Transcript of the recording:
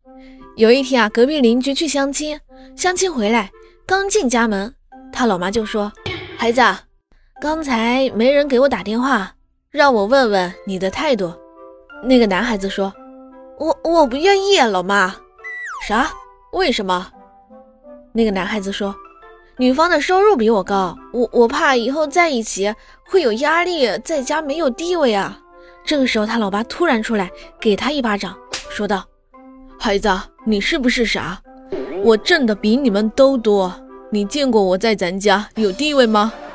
有一天啊，隔壁邻居去相亲，相亲回来，刚进家门，他老妈就说：孩子，刚才没人给我打电话，让我问问你的态度。那个男孩子说：我不愿意啊，老妈。啥？为什么？那个男孩子说：女方的收入比我高，我怕以后在一起会有压力，在家没有地位啊。这个时候他老爸突然出来给他一巴掌，说道：孩子，你是不是傻？我挣的比你们都多，你见过我在咱家有地位吗？